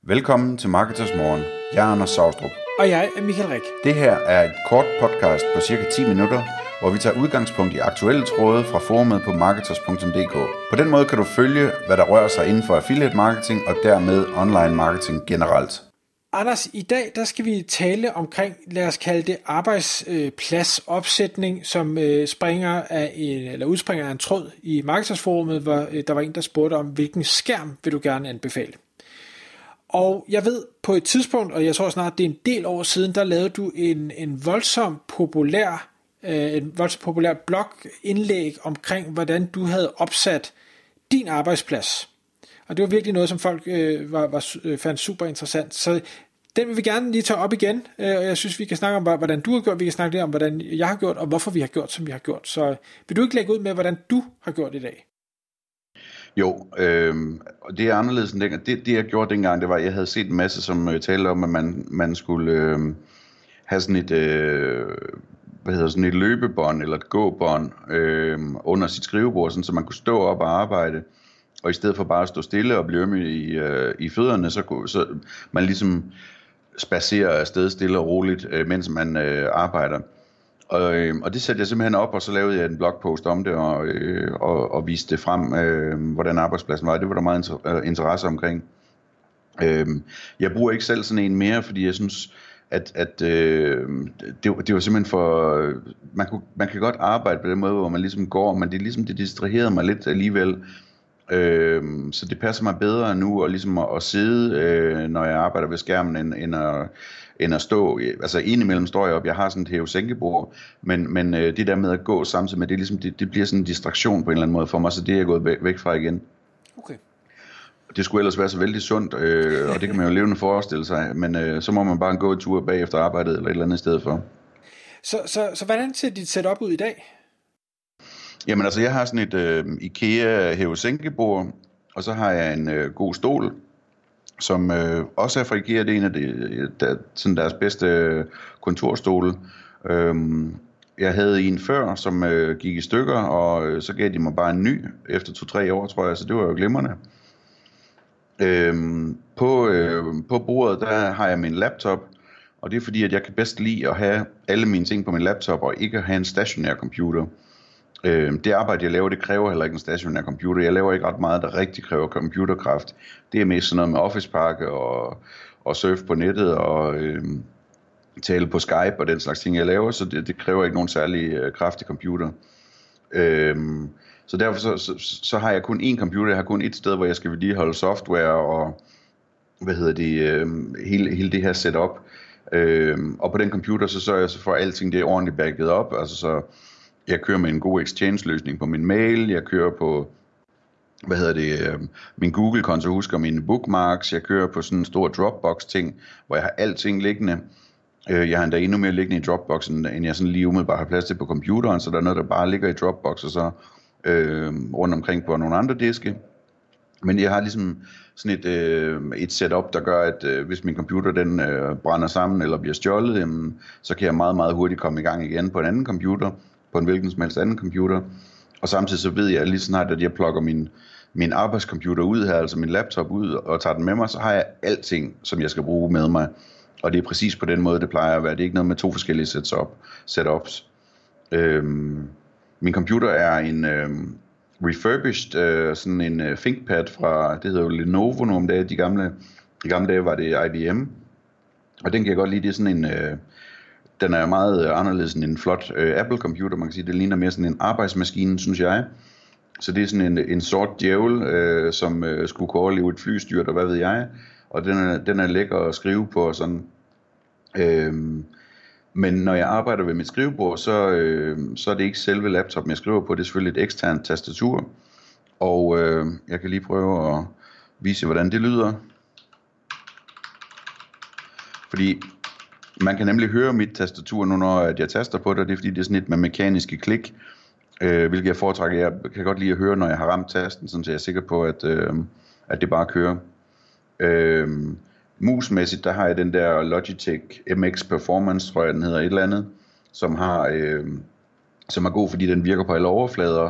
Velkommen til Marketers Morgen. Jeg er Anders Saustrup. Og jeg er Michael Rik. Det her er et kort podcast på cirka 10 minutter, hvor vi tager udgangspunkt i aktuelle tråde fra forumet på marketers.dk. På den måde kan du følge, hvad der rører sig inden for affiliate marketing og dermed online marketing generelt. Anders, i dag der skal vi tale omkring, lad os kalde det arbejdspladsopsætning, som udspringer af en tråd i Marketersforumet, hvor der var en, der spurgte om, hvilken skærm vil du gerne anbefale. Og jeg ved på et tidspunkt, og jeg tror snart det er en del år siden, der lavede du en voldsomt populær blogindlæg omkring, hvordan du havde opsat din arbejdsplads. Og det var virkelig noget, som folk fandt super interessant. Så den vil vi gerne lige tage op igen, og jeg synes, vi kan snakke om, hvordan du har gjort, vi kan snakke lidt om, hvordan jeg har gjort, og hvorfor vi har gjort, som vi har gjort. Så vil du ikke lægge ud med, hvordan du har gjort i dag? Jo, det er anderledes end dengang. Det jeg gjorde dengang, det var, at jeg havde set en masse, som talte om, at man skulle have sådan et løbebånd eller et gåbånd under sit skrivebord, sådan, så man kunne stå op og arbejde, og i stedet for bare at stå stille og blive ømme i fødderne, så man ligesom spacerer afsted stille og roligt, mens man arbejder. Og det satte jeg simpelthen op, og så lavede jeg en blogpost om det, og viste det frem, hvordan arbejdspladsen var. Det var der meget interesse omkring. Jeg bruger ikke selv sådan en mere, fordi jeg synes, at det var simpelthen for... Man kan godt arbejde på den måde, hvor man ligesom går, men det distraherede mig lidt alligevel. Så det passer mig bedre nu og ligesom at sidde, når jeg arbejder ved skærmen, end at stå. Altså indimellem står jeg op, jeg har sådan et hæve-sænkebord, men det der med at gå samtidig med, det, ligesom, det bliver sådan en distraktion på en eller anden måde for mig, så det er jeg gået væk fra igen. Okay. Det skulle ellers være så vældig sundt, og det kan man jo levende forestille sig, men så må man bare gå en tur bagefter arbejdet eller et eller andet sted for. Så hvordan ser dit setup ud i dag? Jamen altså, jeg har sådan et IKEA hæve-sænkebord, og så har jeg en god stol, som også er fra IKEA. Det er en af deres bedste kontorstole. Jeg havde en før, som gik i stykker, og så gav de mig bare en ny efter 2-3 år, tror jeg, så det var jo glimrende. På bordet, der har jeg min laptop, og det er fordi, at jeg kan bedst lide at have alle mine ting på min laptop, og ikke at have en stationær computer. Det arbejde, jeg laver, det kræver heller ikke en stationær computer. Jeg laver ikke ret meget, der rigtig kræver computerkraft. Det er mest sådan noget med Office-pakke og surfe på nettet og tale på Skype og den slags ting, jeg laver, så det kræver ikke nogen særlig kraftig computer. Så derfor så har jeg kun én computer. Jeg har kun et sted, hvor jeg skal vedligeholde software og hele det her setup. Og på den computer, så sørger jeg så for, at alting det er ordentligt backet op. Altså så jeg kører med en god Exchange-løsning på min mail, jeg kører på, min Google-konto husker mine bookmarks, jeg kører på sådan en stor Dropbox-ting, hvor jeg har alting liggende. Jeg har endda endnu mere liggende i Dropboxen, end jeg sådan lige umiddelbart har plads til på computeren, så der er noget, der bare ligger i Dropbox, og så rundt omkring på nogle andre diske. Men jeg har ligesom sådan et setup, der gør, at hvis min computer den brænder sammen eller bliver stjålet, jamen, så kan jeg meget, meget hurtigt komme i gang igen på en anden computer, på en hvilken som helst anden computer. Og samtidig så ved jeg lige snart, at jeg plukker min arbejdscomputer ud her, altså min laptop ud, og tager den med mig, så har jeg alting, som jeg skal bruge med mig. Og det er præcis på den måde, det plejer at være. Det er ikke noget med 2 forskellige setups. Min computer er en refurbished, sådan en ThinkPad fra, det hedder jo Lenovo nu om dagen. I gamle dage var det IBM. Og den kan jeg godt lide, det er sådan en... Den er meget anderledes end en flot Apple-computer, man kan sige. Det ligner mere sådan en arbejdsmaskine, synes jeg. Så det er sådan en sort djævel, som skulle kunne overleve et flystyrt, og hvad ved jeg. Og den er lækker at skrive på og sådan. Men når jeg arbejder ved mit skrivebord, så er det ikke selve laptopen, jeg skriver på. Det er selvfølgelig et eksternt tastatur. Og jeg kan lige prøve at vise, hvordan det lyder. Fordi... man kan nemlig høre mit tastatur nu, når jeg taster på det, og det er fordi, det er sådan et med mekaniske klik, hvilket jeg foretrækker. Jeg kan godt lide at høre, når jeg har ramt tasten, så jeg er sikker på, at det bare kører. Musmæssigt, der har jeg den der Logitech MX Performance, tror jeg den hedder, et eller andet, som er god, fordi den virker på alle overflader,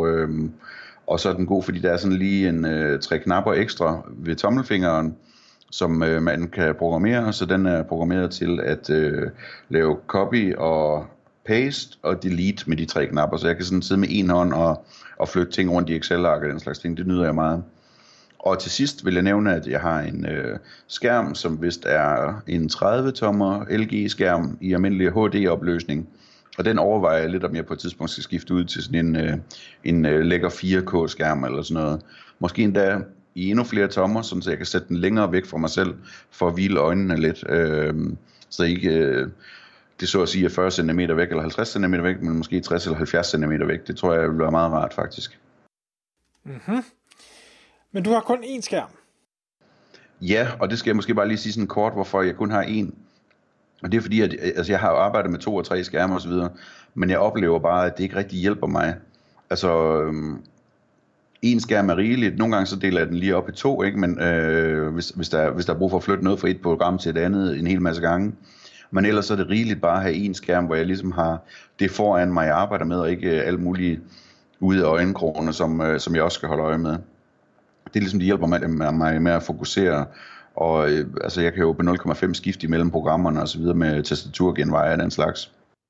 og så er den god, fordi der er sådan lige 3 knapper ekstra ved tommelfingeren, som man kan programmere, så den er programmeret til at lave copy og paste og delete med de 3 knapper, så jeg kan sådan sidde med en hånd og flytte ting rundt i Excel-ark og den slags ting. Det nyder jeg meget. Og til sidst vil jeg nævne, at jeg har en skærm, som vist er en 30-tommer LG-skærm i almindelig HD-opløsning. Og den overvejer jeg lidt, om jeg på et tidspunkt skal skifte ud til sådan en lækker 4K-skærm eller sådan noget. Måske endda i endnu flere tommer, så jeg kan sætte den længere væk fra mig selv, for at hvile øjnene lidt. Så ikke det så at sige er 40 cm væk eller 50 cm væk, men måske 60 eller 70 cm væk. Det tror jeg vil være meget rart faktisk. Mm-hmm. Men du har kun én skærm? Ja, og det skal jeg måske bare lige sige sådan kort, hvorfor jeg kun har én. Og det er fordi, at altså, jeg har arbejdet med 2 og 3 skærme osv., men jeg oplever bare, at det ikke rigtig hjælper mig. Altså, en skærm er rigeligt. Nogle gange så deler jeg den lige op i 2, ikke? Men hvis der er brug for at flytte noget fra et program til et andet en hel masse gange. Men ellers så er det rigeligt bare at have en skærm, hvor jeg ligesom har det foran mig, jeg arbejder med, og ikke alt muligt ude af øjenkrogene, som jeg også skal holde øje med. Det er ligesom, det hjælper mig med at fokusere, og altså jeg kan jo på 0,5 skift imellem programmerne og så videre med tastaturgenveje og den slags.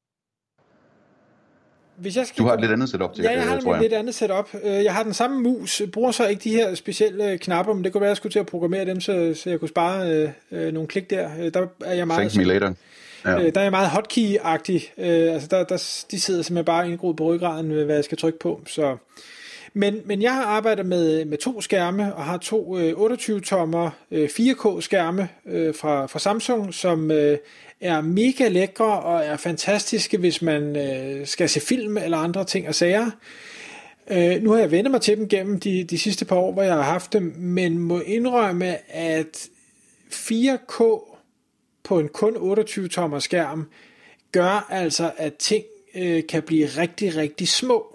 Du har et lidt andet setup til. Ja, jeg har et lidt andet setup. Jeg har den samme mus, bruger så ikke de her specielle knapper, men det kunne være, at jeg skulle til at programmere dem, så jeg kunne spare nogle klik der. Der er jeg meget, thank me later. Ja. Der er jeg meget hotkey-agtig. Altså de sidder simpelthen bare indgroet på ryggraden, hvad jeg skal trykke på. Så. Men jeg har arbejdet med 2 skærme, og har 2 28-tommer 4K-skærme fra Samsung, som er mega lækre og er fantastiske, hvis man skal se film eller andre ting og sager. Nu har jeg vendt mig til dem gennem de sidste par år, hvor jeg har haft dem, men må indrømme, at 4K på en kun 28-tommer skærm gør altså, at ting kan blive rigtig, rigtig små.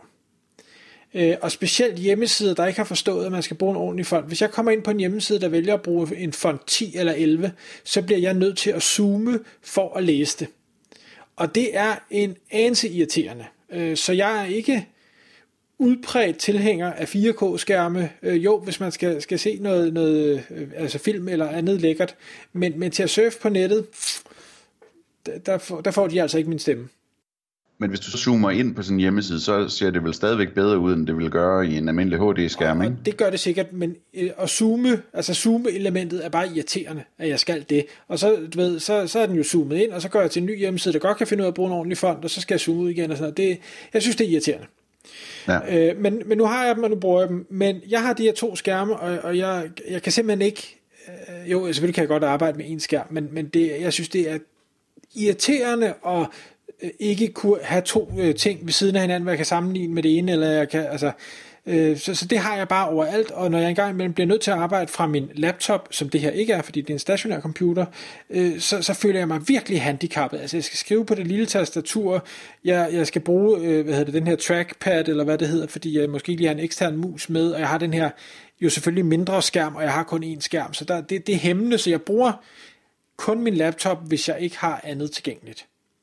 Og specielt hjemmesider, der ikke har forstået, at man skal bruge en ordentlig font. Hvis jeg kommer ind på en hjemmeside, der vælger at bruge en font 10 eller 11, så bliver jeg nødt til at zoome for at læse det. Og det er en anelse irriterende. Så jeg er ikke udpræget tilhænger af 4K-skærme. Jo, hvis man skal se noget altså film eller andet lækkert. Men til at surfe på nettet, der får de altså ikke min stemme. Men hvis du så zoomer ind på sådan en hjemmeside, så ser det vel stadigvæk bedre ud, end det vil gøre i en almindelig HD-skærm, ikke? Det gør det sikkert, men at zoome-elementet er bare irriterende, at jeg skal det. Og så, du ved, så er den jo zoomet ind, og så går jeg til en ny hjemmeside, der godt kan finde ud af at bruge en ordentlig font, og så skal jeg zoome ud igen og sådan noget. Jeg synes, det er irriterende. Ja. Men nu har jeg dem, og nu bruger jeg dem. Men jeg har de her 2 skærme, og jeg kan simpelthen ikke... Jo, selvfølgelig kan jeg godt arbejde med en skærm, men jeg synes, det er irriterende og ikke kunne have 2 ting ved siden af hinanden, hvor jeg kan sammenligne med det ene, eller jeg kan, altså, så det har jeg bare overalt, og når jeg engang imellem bliver nødt til at arbejde fra min laptop, som det her ikke er, fordi det er en stationær computer, så føler jeg mig virkelig handicappet. Altså jeg skal skrive på det lille tastatur, jeg skal bruge, den her trackpad, eller hvad det hedder, fordi jeg måske lige har en ekstern mus med, og jeg har den her jo selvfølgelig mindre skærm, og jeg har kun én skærm, så det er hæmmende, så jeg bruger kun min laptop, hvis jeg ikke har andet tilgængeligt.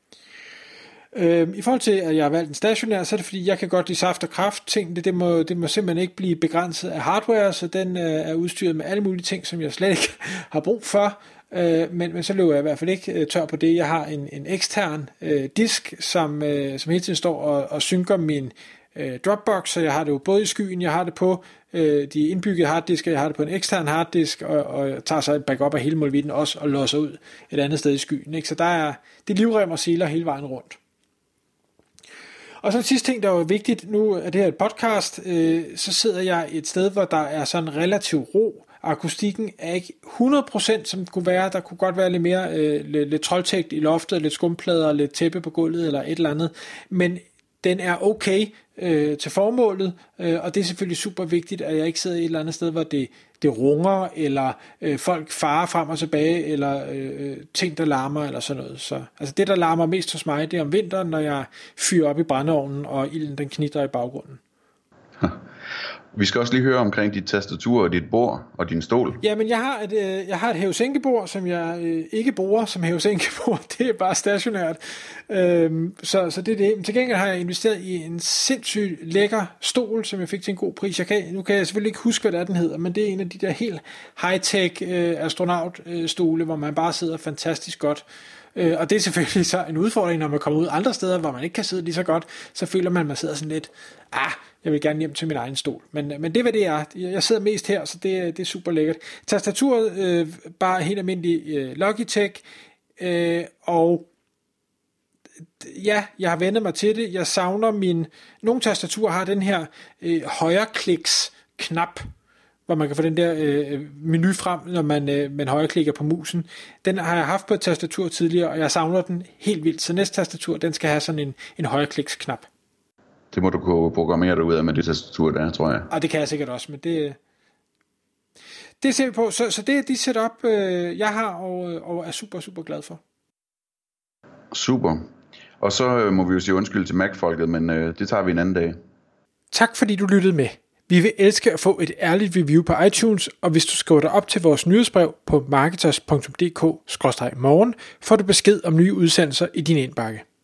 I forhold til, at jeg har valgt en stationær, så er det fordi, jeg kan godt lide saft og kraft ting. Det må simpelthen ikke blive begrænset af hardware, så den er udstyret med alle mulige ting, som jeg slet ikke har brug for. Men så løber jeg i hvert fald ikke tør på det. Jeg har en ekstern disk, som hele tiden står og synker min Dropbox, så jeg har det jo både i skyen, jeg har det på de indbyggede harddisker, jeg har det på en ekstern harddisk, og jeg tager så et backup af hele molevitten også, og låser ud et andet sted i skyen. Ikke? Så det er livrem og seler hele vejen rundt. Og så en sidste ting, der er vigtigt, nu er det her et podcast, så sidder jeg et sted, hvor der er sådan relativt ro. Akustikken er ikke 100% som det kunne være. Der kunne godt være lidt mere lidt troldtægt i loftet, lidt skumplader, lidt tæppe på gulvet eller et eller andet. Men den er okay til formålet, og det er selvfølgelig super vigtigt, at jeg ikke sidder et eller andet sted, hvor det runger, eller folk farer frem og tilbage, eller ting, der larmer, eller sådan noget. Så, altså det, der larmer mest hos mig, det er om vinteren, når jeg fyrer op i brændeovnen, og ilden den knitrer i baggrunden. Vi skal også lige høre omkring dit tastatur og dit bord og din stol. Jamen, jeg har et hæve-sænke-bord, som jeg ikke bruger som hæve-sænke-bord. Det er bare stationært. Så det er det. Men til gengæld har jeg investeret i en sindssygt lækker stol, som jeg fik til en god pris. Nu kan jeg selvfølgelig ikke huske, hvad det er, den hedder, men det er en af de der helt high-tech astronautstole, hvor man bare sidder fantastisk godt. Og det er selvfølgelig så en udfordring, når man kommer ud andre steder, hvor man ikke kan sidde lige så godt, så føler man sidder sådan lidt, jeg vil gerne hjem til min egen stol. Men det er, hvad det er. Jeg sidder mest her, så det er super lækkert. Tastaturet, bare helt almindelig Logitech, og ja, jeg har vendt mig til det. Jeg savner nogle tastaturer har den her højrekliks-knap, hvor man kan få den der menu frem, når man højreklikker på musen. Den har jeg haft på et tastatur tidligere, og jeg savner den helt vildt. Så næste tastatur, den skal have sådan en højrekliksknap. Det må du kunne programmere dig ud af med det tastatur der, tror jeg. Og det kan jeg sikkert også, men det ser vi på. Så det er de setup, jeg har, og er super, super glad for. Super. Og så må vi jo sige undskyld til Mac-folket, men det tager vi en anden dag. Tak fordi du lyttede med. Vi vil elske at få et ærligt review på iTunes, og hvis du skriver dig op til vores nyhedsbrev på marketers.dk/morgen, får du besked om nye udsendelser i din indbakke.